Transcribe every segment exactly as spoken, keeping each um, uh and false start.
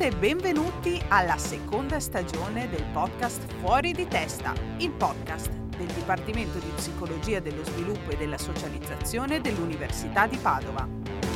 Benvenute e benvenuti alla seconda stagione del podcast Fuori di Testa, il podcast del Dipartimento di Psicologia dello Sviluppo e della Socializzazione dell'Università di Padova.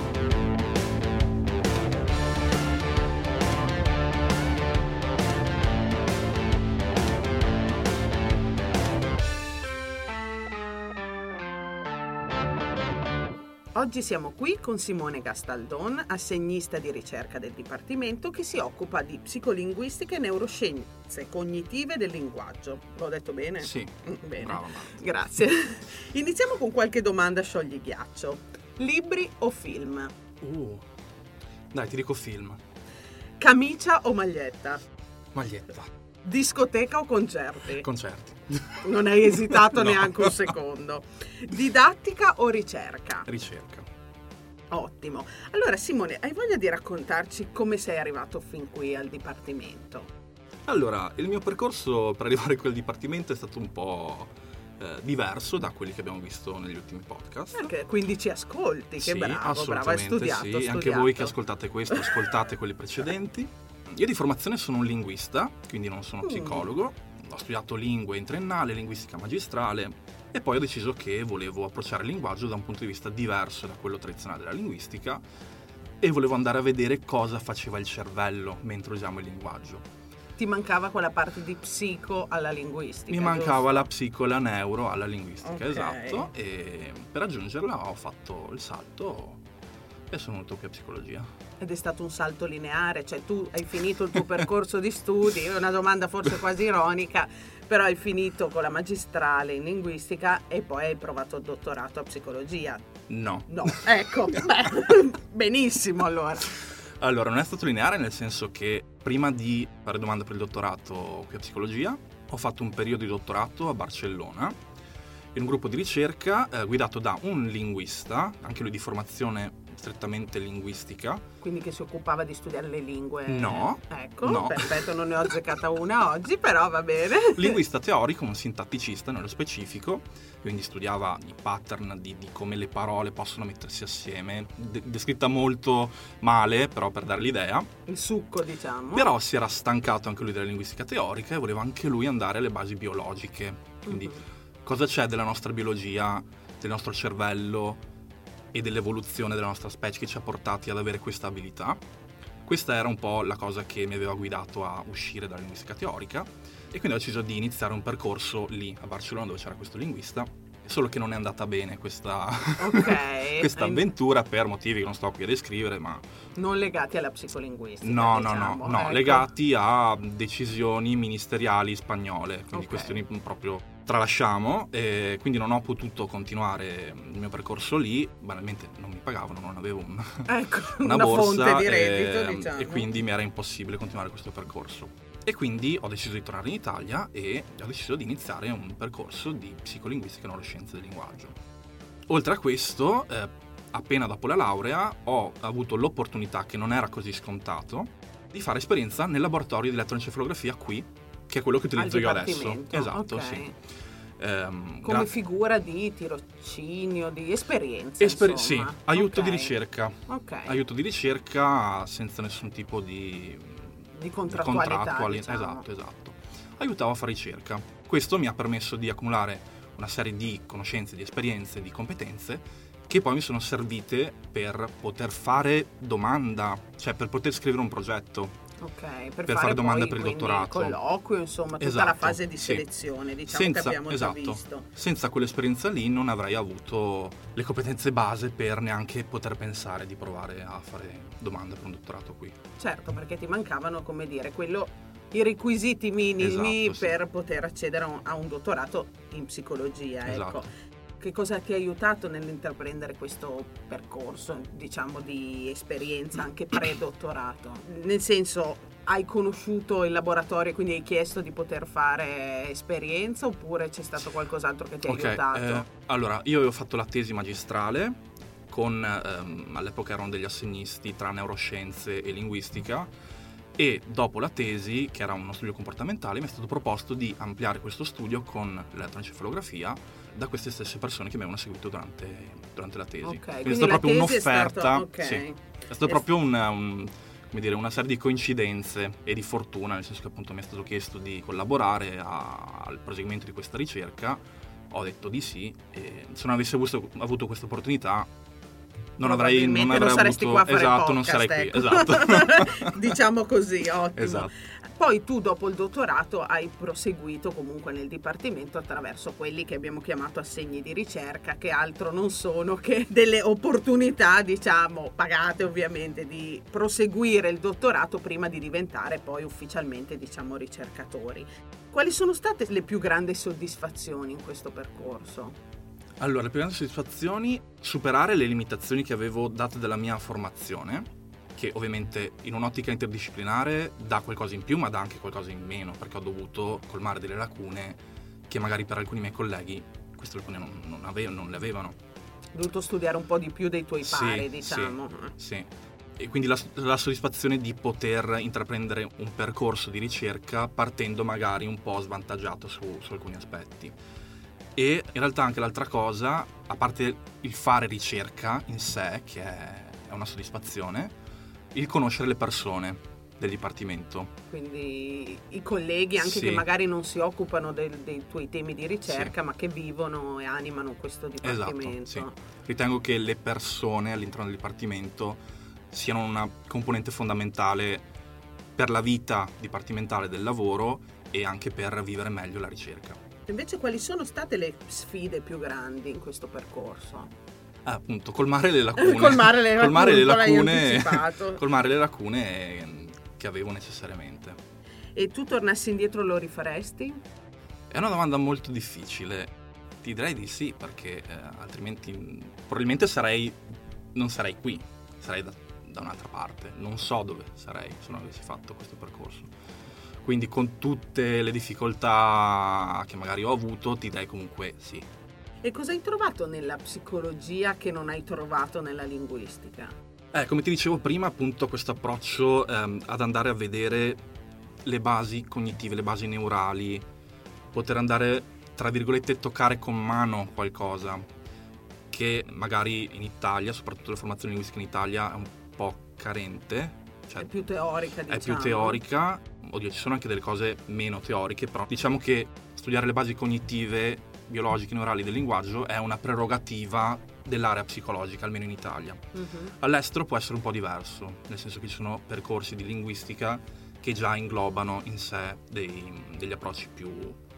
Oggi siamo qui con Simone Gastaldon, assegnista di ricerca del Dipartimento che si occupa di psicolinguistica e neuroscienze cognitive del linguaggio. L'ho detto bene? Sì, bene. Brava. Grazie. Iniziamo con qualche domanda scioglighiaccio. Libri o film? Uh, dai, ti dico film. Camicia o maglietta? Maglietta. Discoteca o concerti? Concerti. Non hai esitato No. neanche un secondo. Didattica o ricerca? Ricerca. Ottimo. Allora Simone, hai voglia di raccontarci come sei arrivato fin qui al Dipartimento? Allora, il mio percorso per arrivare a quel dipartimento è stato un po' eh, diverso da quelli che abbiamo visto negli ultimi podcast. Perché quindi ci ascolti, che Sì, bravo, bravo, hai assolutamente studiato, sì. studiato. Anche voi che ascoltate questo, ascoltate quelli precedenti. Io di formazione sono un linguista, quindi non sono Mm. psicologo. Ho studiato lingue in triennale, linguistica magistrale e poi ho deciso che volevo approcciare il linguaggio da un punto di vista diverso da quello tradizionale della linguistica e volevo andare a vedere cosa faceva il cervello mentre usiamo il linguaggio. Ti mancava quella parte di psico alla linguistica? Mi mancava giusto? la psico e la neuro alla linguistica, Ok. esatto, e per raggiungerla ho fatto il salto e sono venuto qui a psicologia. Ed è stato un salto lineare, cioè tu hai finito il tuo percorso di studi, è una domanda forse quasi ironica, però hai finito con la magistrale in linguistica e poi hai provato il dottorato a psicologia. No. No, ecco, beh, benissimo allora. Allora, non è stato lineare nel senso che prima di fare domanda per il dottorato qui a psicologia ho fatto un periodo di dottorato a Barcellona in un gruppo di ricerca eh, guidato da un linguista, anche lui di formazione strettamente linguistica. Quindi che si occupava di studiare le lingue? No. Ecco, No. perfetto, non ne ho azzeccata una oggi, però va bene. Linguista teorico, un sintatticista nello specifico, quindi studiava i pattern di, di come le parole possono mettersi assieme, de- descritta molto male, però per dare l'idea. Il succo, diciamo. Però si era stancato anche lui della linguistica teorica e voleva anche lui andare alle basi biologiche. Quindi Mhm. cosa c'è della nostra biologia, del nostro cervello e dell'evoluzione della nostra specie che ci ha portati ad avere questa abilità. Questa era un po' la cosa che mi aveva guidato a uscire dalla linguistica teorica e quindi ho deciso di iniziare un percorso lì a Barcellona dove c'era questo linguista, solo che non è andata bene questa, Ok. questa avventura per motivi che non sto qui a descrivere, ma Non legati alla psicolinguistica. no, diciamo. no, no, no, Ecco. legati a decisioni ministeriali spagnole, quindi Ok. questioni proprio tralasciamo, e quindi non ho potuto continuare il mio percorso lì, banalmente non mi pagavano, non avevo un, Ecco, una, una borsa fonte di reddito, e, diciamo. e quindi mi era impossibile continuare questo percorso. E quindi ho deciso di tornare in Italia e ho deciso di iniziare un percorso di psicolinguistica e neuroscienze del linguaggio. Oltre a questo, eh, appena dopo la laurea ho avuto l'opportunità, che non era così scontato, di fare esperienza nel laboratorio di elettroencefalografia qui, che è quello che utilizzo Al io adesso. dipartimento, Esatto, ok. sì. Ehm, Come gra- figura di tirocinio, di esperienza, esper- sì, insomma. aiuto Ok. di ricerca. Ok. Aiuto di ricerca senza nessun tipo di, Di contrattualità, contrattuali- diciamo. Esatto, esatto. Aiutavo a fare ricerca. Questo mi ha permesso di accumulare una serie di conoscenze, di esperienze, di competenze che poi mi sono servite per poter fare domanda, cioè per poter scrivere un progetto. Ok, per, per fare domande poi, per il quindi, dottorato. il colloquio, insomma, tutta Esatto, la fase di sì. selezione, diciamo, Senza, che abbiamo esatto, già visto. senza quell'esperienza lì non avrei avuto le competenze base per neanche poter pensare di provare a fare domande per un dottorato qui. Certo, perché ti mancavano, come dire, quello, i requisiti minimi Esatto, sì. per poter accedere a un, a un dottorato in psicologia, Esatto. ecco. Che cosa ti ha aiutato nell'intraprendere questo percorso, diciamo, di esperienza anche pre-dottorato? Nel senso, hai conosciuto il laboratorio e quindi hai chiesto di poter fare esperienza oppure c'è stato qualcos'altro che ti ha Ok, aiutato? eh, allora io avevo fatto la tesi magistrale con, ehm, all'epoca erano degli assegnisti tra neuroscienze e linguistica e dopo la tesi, che era uno studio comportamentale, mi è stato proposto di ampliare questo studio con l'elettroencefalografia da queste stesse persone che mi avevano seguito durante, durante la tesi. Ok, quindi, quindi è stata la proprio tesi è un'offerta, stata- ok. sì, è stato proprio un, un come dire, una serie di coincidenze e di fortuna, nel senso che appunto mi è stato chiesto di collaborare a, al proseguimento di questa ricerca, ho detto di sì, e se non avessi avuto, avuto questa opportunità non avrei, non avrei non saresti avuto, qua a fare esatto, podcast, non sarei ecco. qui, esatto. Diciamo così, ottimo. Esatto. Poi tu dopo il dottorato hai proseguito comunque nel dipartimento attraverso quelli che abbiamo chiamato assegni di ricerca, che altro non sono che delle opportunità, diciamo, pagate ovviamente, di proseguire il dottorato prima di diventare poi ufficialmente, diciamo, ricercatori. Quali sono state le più grandi soddisfazioni in questo percorso? Allora, le più grandi soddisfazioni, superare le limitazioni che avevo date dalla mia formazione, che ovviamente in un'ottica interdisciplinare dà qualcosa in più ma dà anche qualcosa in meno, perché ho dovuto colmare delle lacune che magari per alcuni miei colleghi queste lacune non, non, ave- non le avevano. Ho dovuto studiare un po' di più dei tuoi pari, sì, diciamo. Sì, sì. E quindi la, la soddisfazione di poter intraprendere un percorso di ricerca partendo magari un po' svantaggiato su, su alcuni aspetti. E in realtà anche l'altra cosa, a parte il fare ricerca in sé, che è, è una soddisfazione, il conoscere le persone del dipartimento. Quindi i colleghi anche sì. che magari non si occupano del, dei tuoi temi di ricerca, sì. ma che vivono e animano questo dipartimento. Esatto, sì. Ritengo che le persone all'interno del dipartimento siano una componente fondamentale per la vita dipartimentale del lavoro e anche per vivere meglio la ricerca. Invece quali sono state le sfide più grandi in questo percorso? Ah, appunto, colmare le lacune. colmare le colmare lacune, le lacune, colmare le lacune che avevo necessariamente. E tu tornassi indietro lo rifaresti? È una domanda molto difficile. Ti direi di sì, perché eh, altrimenti probabilmente sarei non sarei qui, sarei da, da un'altra parte. Non so dove sarei se non avessi fatto questo percorso. Quindi con tutte le difficoltà che magari ho avuto, ti direi comunque sì. E cosa hai trovato nella psicologia che non hai trovato nella linguistica? Eh, come ti dicevo prima, appunto questo approccio ehm, ad andare a vedere le basi cognitive, le basi neurali, poter andare, tra virgolette, toccare con mano qualcosa che magari in Italia, soprattutto la formazione linguistica in Italia, è un po' carente. Cioè, è più teorica, diciamo. È più teorica. Oddio, ci sono anche delle cose meno teoriche, però diciamo che studiare le basi cognitive, biologiche, neurali del linguaggio è una prerogativa dell'area psicologica, almeno in Italia. Uh-huh. All'estero può essere un po' diverso, nel senso che ci sono percorsi di linguistica che già inglobano in sé dei, degli approcci più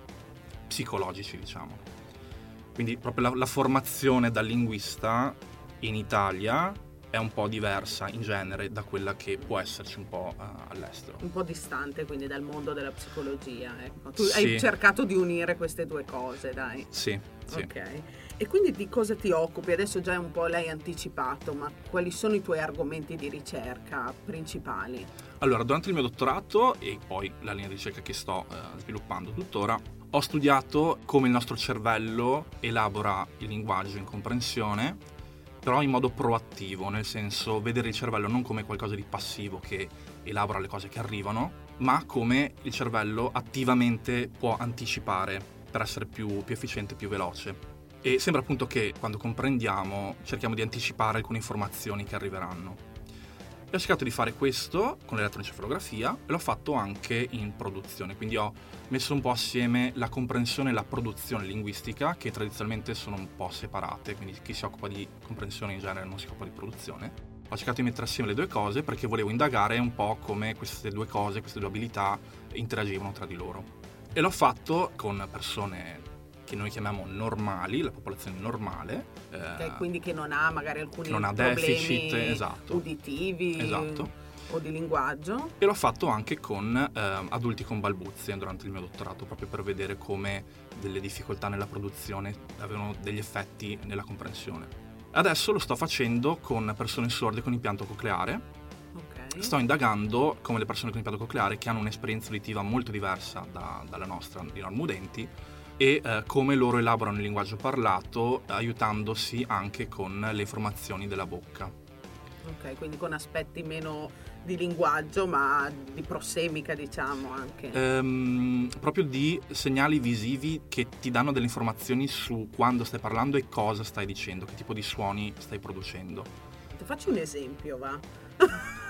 psicologici, diciamo. Quindi proprio la, la formazione da linguista in Italia è un po' diversa in genere da quella che può esserci un po' uh, all'estero. Un po' distante quindi dal mondo della psicologia, ecco. Tu sì. hai cercato di unire queste due cose, dai. Sì, sì. Ok. E quindi di cosa ti occupi? Adesso già un po' l'hai anticipato, ma quali sono i tuoi argomenti di ricerca principali? Allora, durante il mio dottorato e poi la linea di ricerca che sto uh, sviluppando tuttora, ho studiato come il nostro cervello elabora il linguaggio in comprensione, però in modo proattivo, nel senso vedere il cervello non come qualcosa di passivo che elabora le cose che arrivano, ma come il cervello attivamente può anticipare per essere più, più efficiente, più veloce. E sembra appunto che quando comprendiamo cerchiamo di anticipare alcune informazioni che arriveranno. E ho cercato di fare questo con l'elettroencefalografia e l'ho fatto anche in produzione, quindi ho messo un po' assieme la comprensione e la produzione linguistica, che tradizionalmente sono un po' separate, quindi chi si occupa di comprensione in genere non si occupa di produzione. Ho cercato di mettere assieme le due cose perché volevo indagare un po' come queste due cose, queste due abilità interagivano tra di loro. E l'ho fatto con persone che noi chiamiamo normali, la popolazione normale. Okay, eh, quindi che non ha magari alcuni non ha problemi deficit, esatto. uditivi esatto. o di linguaggio. E l'ho fatto anche con eh, adulti con balbuzie durante il mio dottorato, proprio per vedere come delle difficoltà nella produzione avevano degli effetti nella comprensione. Adesso lo sto facendo con persone sorde con impianto cocleare. Okay. Sto indagando come le persone con impianto cocleare, che hanno un'esperienza uditiva molto diversa da, dalla nostra, di normudenti, e eh, come loro elaborano il linguaggio parlato aiutandosi anche con le informazioni della bocca. Ok, quindi con aspetti meno di linguaggio ma di prossemica, diciamo, anche. Ehm, proprio di segnali visivi che ti danno delle informazioni su quando stai parlando e cosa stai dicendo, che tipo di suoni stai producendo. Ti faccio un esempio, va?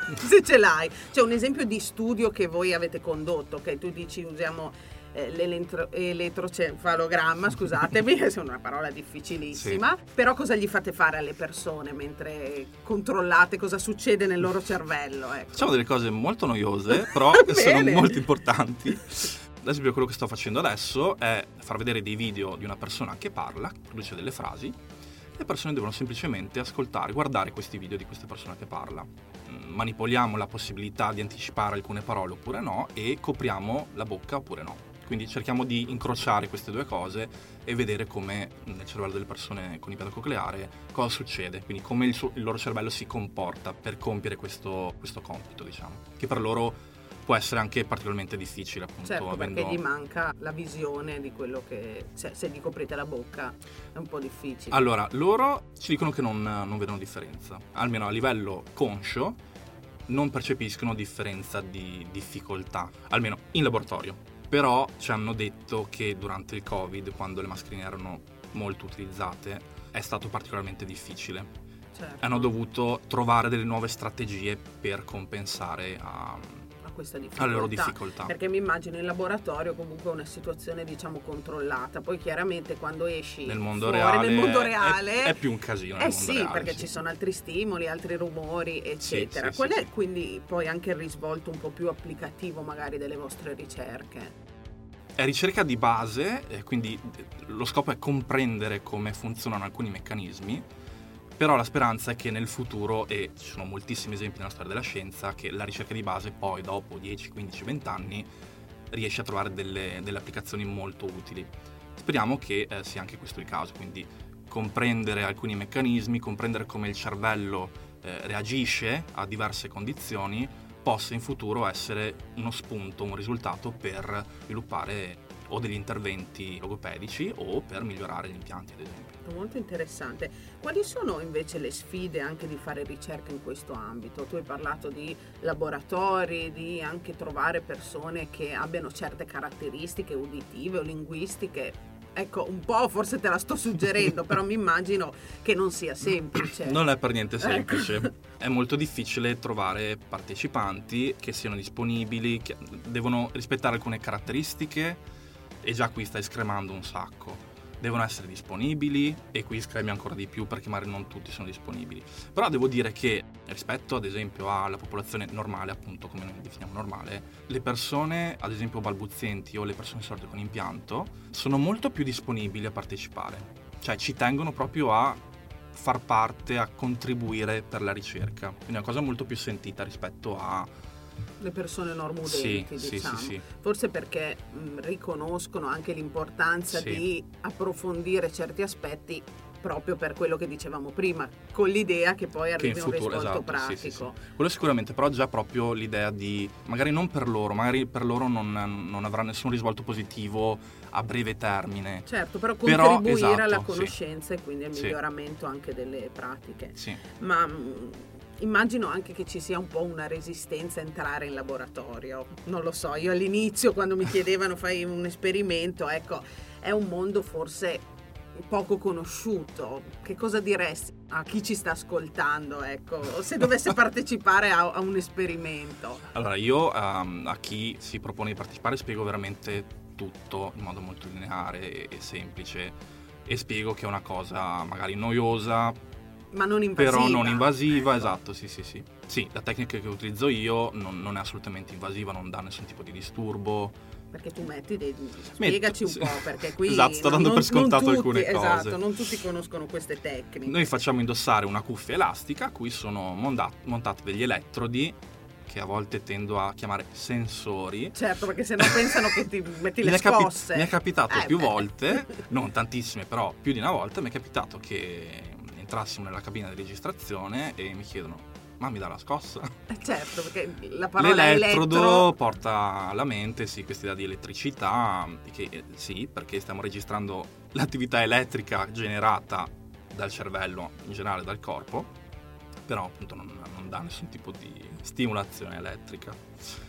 se ce l'hai. C'è un esempio di studio che voi avete condotto, che tu dici usiamo eh, l'elettro- elettrocefalogramma, scusatemi, è una parola difficilissima, sì. Però cosa gli fate fare alle persone mentre controllate cosa succede nel loro cervello? Ecco. Facciamo delle cose molto noiose, però sono molto importanti. Ad esempio quello che sto facendo adesso è far vedere dei video di una persona che parla, produce delle frasi. Le persone devono semplicemente ascoltare, guardare questi video di questa persona che parla. Manipoliamo la possibilità di anticipare alcune parole oppure no e copriamo la bocca oppure no. Quindi cerchiamo di incrociare queste due cose e vedere come nel cervello delle persone con ipoacusia cocleare cosa succede, quindi come il, suo, il loro cervello si comporta per compiere questo, questo compito, diciamo, che per loro può essere anche particolarmente difficile, appunto. Certo, avendo... perché gli manca la visione di quello che... Se, se gli coprite la bocca è un po' difficile. Allora, loro ci dicono che non, non vedono differenza, almeno a livello conscio non percepiscono differenza di difficoltà, almeno in laboratorio. Però ci hanno detto che durante il Covid, quando le mascherine erano molto utilizzate, è stato particolarmente difficile. Certo. Hanno dovuto trovare delle nuove strategie per compensare a, a questa difficoltà. alle loro difficoltà. Perché mi immagino in laboratorio comunque una situazione, diciamo, controllata. Poi chiaramente quando esci nel mondo fuori, reale, nel mondo reale è, è più un casino. Eh nel mondo sì, reale, perché sì. ci sono altri stimoli, altri rumori, eccetera. Sì, sì, Qual sì, è sì. quindi poi anche il risvolto un po' più applicativo magari delle vostre ricerche? È ricerca di base, eh, quindi lo scopo è comprendere come funzionano alcuni meccanismi, però la speranza è che nel futuro, e ci sono moltissimi esempi nella storia della scienza, che la ricerca di base poi dopo dieci, quindici, venti anni riesce a trovare delle, delle applicazioni molto utili. Speriamo che eh, sia anche questo il caso, quindi comprendere alcuni meccanismi, comprendere come il cervello eh, reagisce a diverse condizioni, possa in futuro essere uno spunto, un risultato per sviluppare o degli interventi logopedici o per migliorare gli impianti, ad esempio. Molto interessante. Quali sono invece le sfide anche di fare ricerca in questo ambito? Tu hai parlato di laboratori, di anche trovare persone che abbiano certe caratteristiche uditive o linguistiche. Ecco, un po' forse te la sto suggerendo, però mi immagino che non sia semplice. Non è per niente semplice. Ecco. È molto difficile trovare partecipanti che siano disponibili, che devono rispettare alcune caratteristiche e già qui stai scremando un sacco. Devono essere disponibili e qui scremi ancora di più perché magari non tutti sono disponibili. Però devo dire che rispetto ad esempio alla popolazione normale, appunto come noi definiamo normale, le persone ad esempio balbuzienti o le persone sorde con impianto sono molto più disponibili a partecipare. Cioè ci tengono proprio a far parte, a contribuire per la ricerca. Quindi è una cosa molto più sentita rispetto a le persone normudenti, sì, diciamo. Sì, sì, sì. Forse perché mh, riconoscono anche l'importanza sì. di approfondire certi aspetti proprio per quello che dicevamo prima, con l'idea che poi arrivi a un risvolto esatto, pratico. Sì, sì, sì. Quello sicuramente, però già proprio l'idea di, magari non per loro, magari per loro non, non avrà nessun risvolto positivo a breve termine. Certo, però contribuire però, esatto, alla conoscenza sì. e quindi al sì. miglioramento anche delle pratiche. Sì. Ma mh, immagino anche che ci sia un po' una resistenza a entrare in laboratorio. Non lo so, io all'inizio quando mi chiedevano fai un esperimento, ecco, è un mondo forse poco conosciuto. Che cosa diresti a chi ci sta ascoltando, ecco, se dovesse partecipare a, a un esperimento? Allora io um, a chi si propone di partecipare spiego veramente tutto in modo molto lineare e, e semplice e spiego che è una cosa magari noiosa ma non invasiva, però non invasiva, ecco. Esatto, sì sì sì sì, la tecnica che utilizzo io non, non è assolutamente invasiva, non dà nessun tipo di disturbo. Perché tu metti dei... Spiegaci un sì. po', perché qui... Esatto, sto dando non, per scontato non alcune tutti, cose. Esatto, non tutti conoscono queste tecniche. Noi facciamo indossare una cuffia elastica a cui sono monda- montati degli elettrodi che a volte tendo a chiamare sensori. Certo, perché sennò pensano che ti metti le mi capi- scosse. mi è capitato eh, più beh. volte, non tantissime, però più di una volta mi è capitato che entrassimo nella cabina di registrazione e mi chiedono: ma mi dà la scossa? Eh certo, perché la parola l'elettrodo elettro... porta alla mente sì questa idea di elettricità, che eh, sì, perché stiamo registrando l'attività elettrica generata dal cervello, in generale dal corpo, però appunto non, non dà nessun tipo di stimolazione elettrica.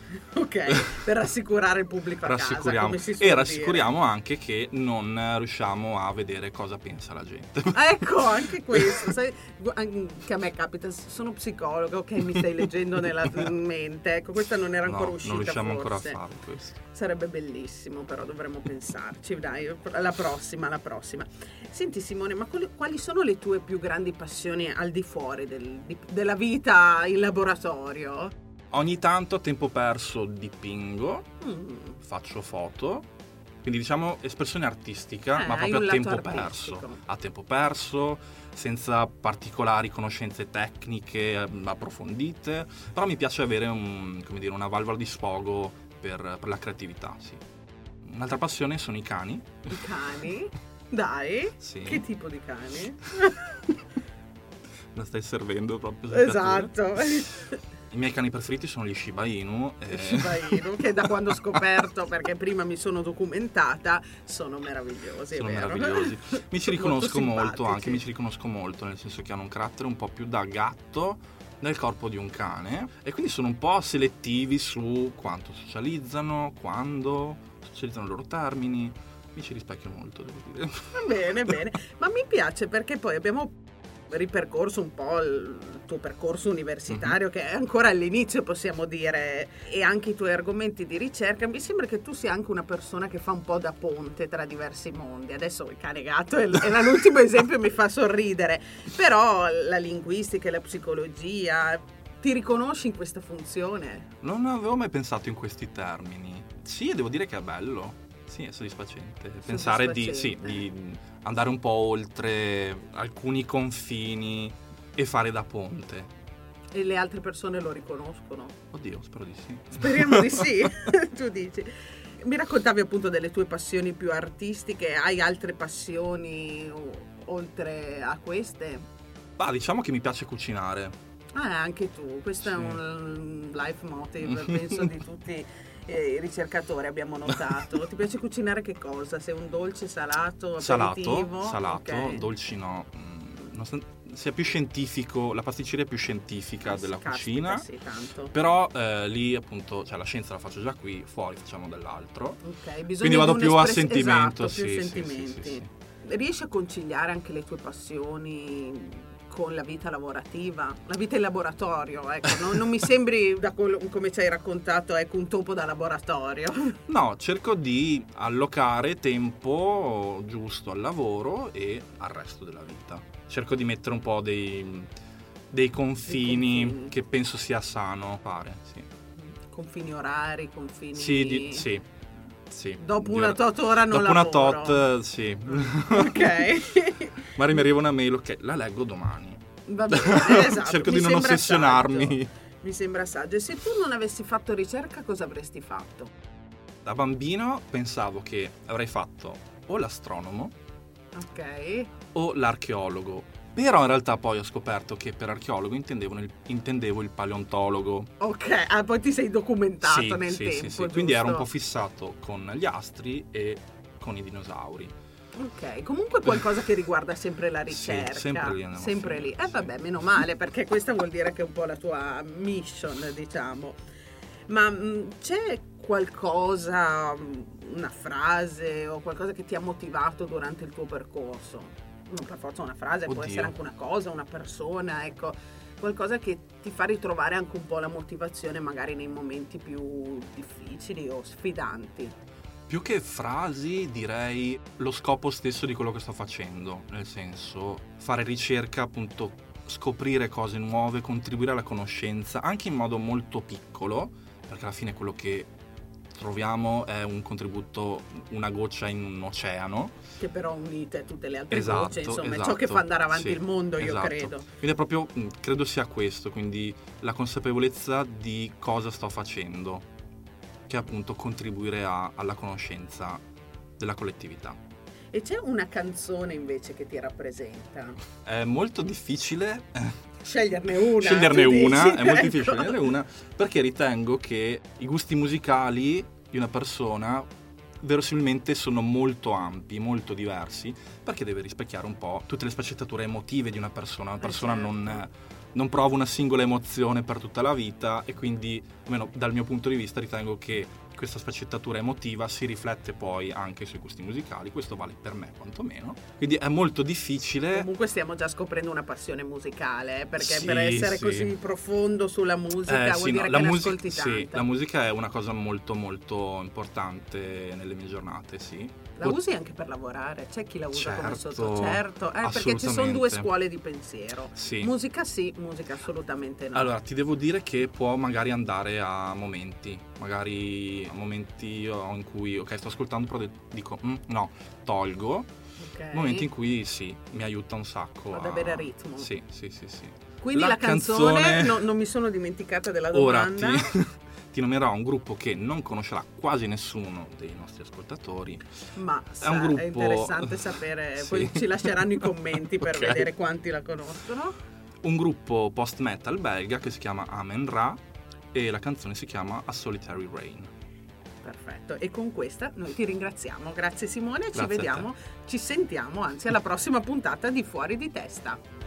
Ok, per rassicurare il pubblico a casa, come si suol e dire. rassicuriamo anche che non riusciamo a vedere cosa pensa la gente. Ecco, anche questo, sai, che a me capita, sono psicologa, ok, mi stai leggendo nella mente, ecco, questa non era ancora no, uscita, non riusciamo forse. ancora a farlo questo. Sarebbe bellissimo, però dovremmo pensarci, dai, la prossima, la prossima. Senti Simone, ma quali, quali sono le tue più grandi passioni al di fuori del, di, della vita in laboratorio? Ogni tanto a tempo perso dipingo, mm. faccio foto, quindi diciamo espressione artistica, eh, ma proprio a tempo artistico. perso. A tempo perso, senza particolari conoscenze tecniche approfondite, però mi piace avere un, come dire, una valvola di sfogo per, per la creatività, sì. Un'altra passione sono i cani. I cani? Dai, sì. Che tipo di cani? La stai servendo proprio. Esatto. I miei cani preferiti sono gli Shiba Inu. E... Shiba Inu, che da quando ho scoperto, perché prima mi sono documentata, sono meravigliosi. Sono è vero? meravigliosi. Mi ci riconosco molto, molto anche, mi ci simpatici. riconosco molto, nel senso che hanno un carattere un po' più da gatto nel corpo di un cane e quindi sono un po' selettivi su quanto socializzano, quando socializzano i loro termini. Mi ci rispecchio molto, devo dire. Bene, bene. Ma mi piace perché poi abbiamo ripercorso un po' il tuo percorso universitario, mm-hmm. che è ancora all'inizio, possiamo dire, e anche i tuoi argomenti di ricerca. Mi sembra che tu sia anche una persona che fa un po' da ponte tra diversi mondi. Adesso il cane gatto è l'ultimo esempio, mi fa sorridere, però la linguistica e la psicologia, ti riconosci in questa funzione? Non avevo mai pensato in questi termini. Sì, devo dire che è bello. Sì, è soddisfacente. Pensare di, sì, di andare un po' oltre alcuni confini e fare da ponte. E le altre persone lo riconoscono? Oddio, spero di sì. Speriamo di sì, tu dici. Mi raccontavi appunto delle tue passioni più artistiche, hai altre passioni o, oltre a queste? Bah, diciamo che mi piace cucinare. Ah, anche tu, questo sì. È un life motive, penso di tutti i ricercatori, abbiamo notato. Ti piace cucinare che cosa? Sei un dolce, salato, aperitivo? Salato, salato, okay. Dolci no. Mm, sia più scientifico, la pasticceria è più scientifica eh, della caspita, cucina. Sì, tanto. Però eh, lì appunto, cioè la scienza la faccio già qui, fuori facciamo dell'altro. Ok, bisogna quindi vado più a esatto, sentimento, più sì, sentimenti. Sì, sì, sì. Riesci a conciliare anche le tue passioni con la vita lavorativa, la vita in laboratorio, ecco, non, non mi sembri, da quello, come ci hai raccontato, ecco, un topo da laboratorio. No, cerco di allocare tempo giusto al lavoro e al resto della vita. Cerco di mettere un po' dei, dei confini, confini che penso sia sano fare, sì. Confini orari, confini... Sì, di, sì. Sì. Dopo una tot ora non Dopo lavoro. una tot, sì. Ok. Magari mi arriva una mail, ok, la leggo domani. Va bene, esatto. Cerco mi di non ossessionarmi. Saggio. Mi sembra saggio. E se tu non avessi fatto ricerca, cosa avresti fatto? Da bambino pensavo che avrei fatto o l'astronomo, ok, o l'archeologo. Però in realtà poi ho scoperto che per archeologo intendevo, nel, intendevo il paleontologo. Ok, ah, poi ti sei documentato sì, nel sì, tempo, sì, sì. Quindi ero un po' fissato con gli astri e con i dinosauri. Ok, comunque qualcosa che riguarda sempre la ricerca. Sì, sempre lì. Sempre lì. Eh vabbè, meno male, perché questa vuol dire che è un po' la tua mission, diciamo. Ma mh, c'è qualcosa, una frase o qualcosa che ti ha motivato durante il tuo percorso? Non per forza una frase, Oddio. Può essere anche una cosa, una persona, ecco, qualcosa che ti fa ritrovare anche un po' la motivazione magari nei momenti più difficili o sfidanti. Più che frasi direi lo scopo stesso di quello che sto facendo, nel senso fare ricerca, appunto scoprire cose nuove, contribuire alla conoscenza anche in modo molto piccolo, perché alla fine quello che troviamo è un contributo, una goccia in un oceano. Che però unite tutte le altre esatto, gocce, insomma, esatto, è ciò che fa andare avanti sì, il mondo, io esatto. credo. Quindi è proprio, credo sia questo, quindi la consapevolezza di cosa sto facendo, che è appunto contribuire a, alla conoscenza della collettività. E c'è una canzone invece che ti rappresenta? È molto difficile sceglierne una. Sceglierne una, dici, è molto ecco. difficile sceglierne una, perché ritengo che i gusti musicali di una persona verosimilmente sono molto ampi, molto diversi, perché deve rispecchiare un po' tutte le sfaccettature emotive di una persona. Una persona certo. non, non provo una singola emozione per tutta la vita, e quindi, almeno dal mio punto di vista, ritengo che questa sfaccettatura emotiva si riflette poi anche sui gusti musicali. Questo vale per me quantomeno, quindi è molto difficile. Comunque stiamo già scoprendo una passione musicale, eh, perché Sì, per essere sì. così profondo sulla musica Eh, vuol sì, dire no, la che ne musica, ascolti sì, tanta. la musica è una cosa molto molto importante nelle mie giornate, sì. La usi anche per lavorare, c'è chi la usa come Certo, sotto, certo, eh, perché ci sono assolutamente. due scuole di pensiero. Sì. Musica sì, musica assolutamente no. Allora, ti devo dire che può magari andare a momenti, magari a momenti in cui, ok, sto ascoltando, però dico, mm, no, tolgo. Ok. Momenti in cui sì, mi aiuta un sacco Ad a- avere ritmo. Sì, sì, sì, sì. Quindi la, canzone, canzone- no- non mi sono dimenticata della Ora domanda. ti, ti nomierò un gruppo che non conoscerà quasi nessuno dei nostri ascoltatori. Ma È sa- un gruppo- è interessante sapere, Sì. poi ci lasceranno i commenti per Ok. vedere quanti la conoscono. Un gruppo post-metal belga che si chiama Amen Ra, e la canzone si chiama A Solitary Rain. Perfetto, e con questa noi ti ringraziamo. Grazie Simone, ci Grazie a te. vediamo, ci sentiamo anzi alla prossima puntata di Fuori di Testa.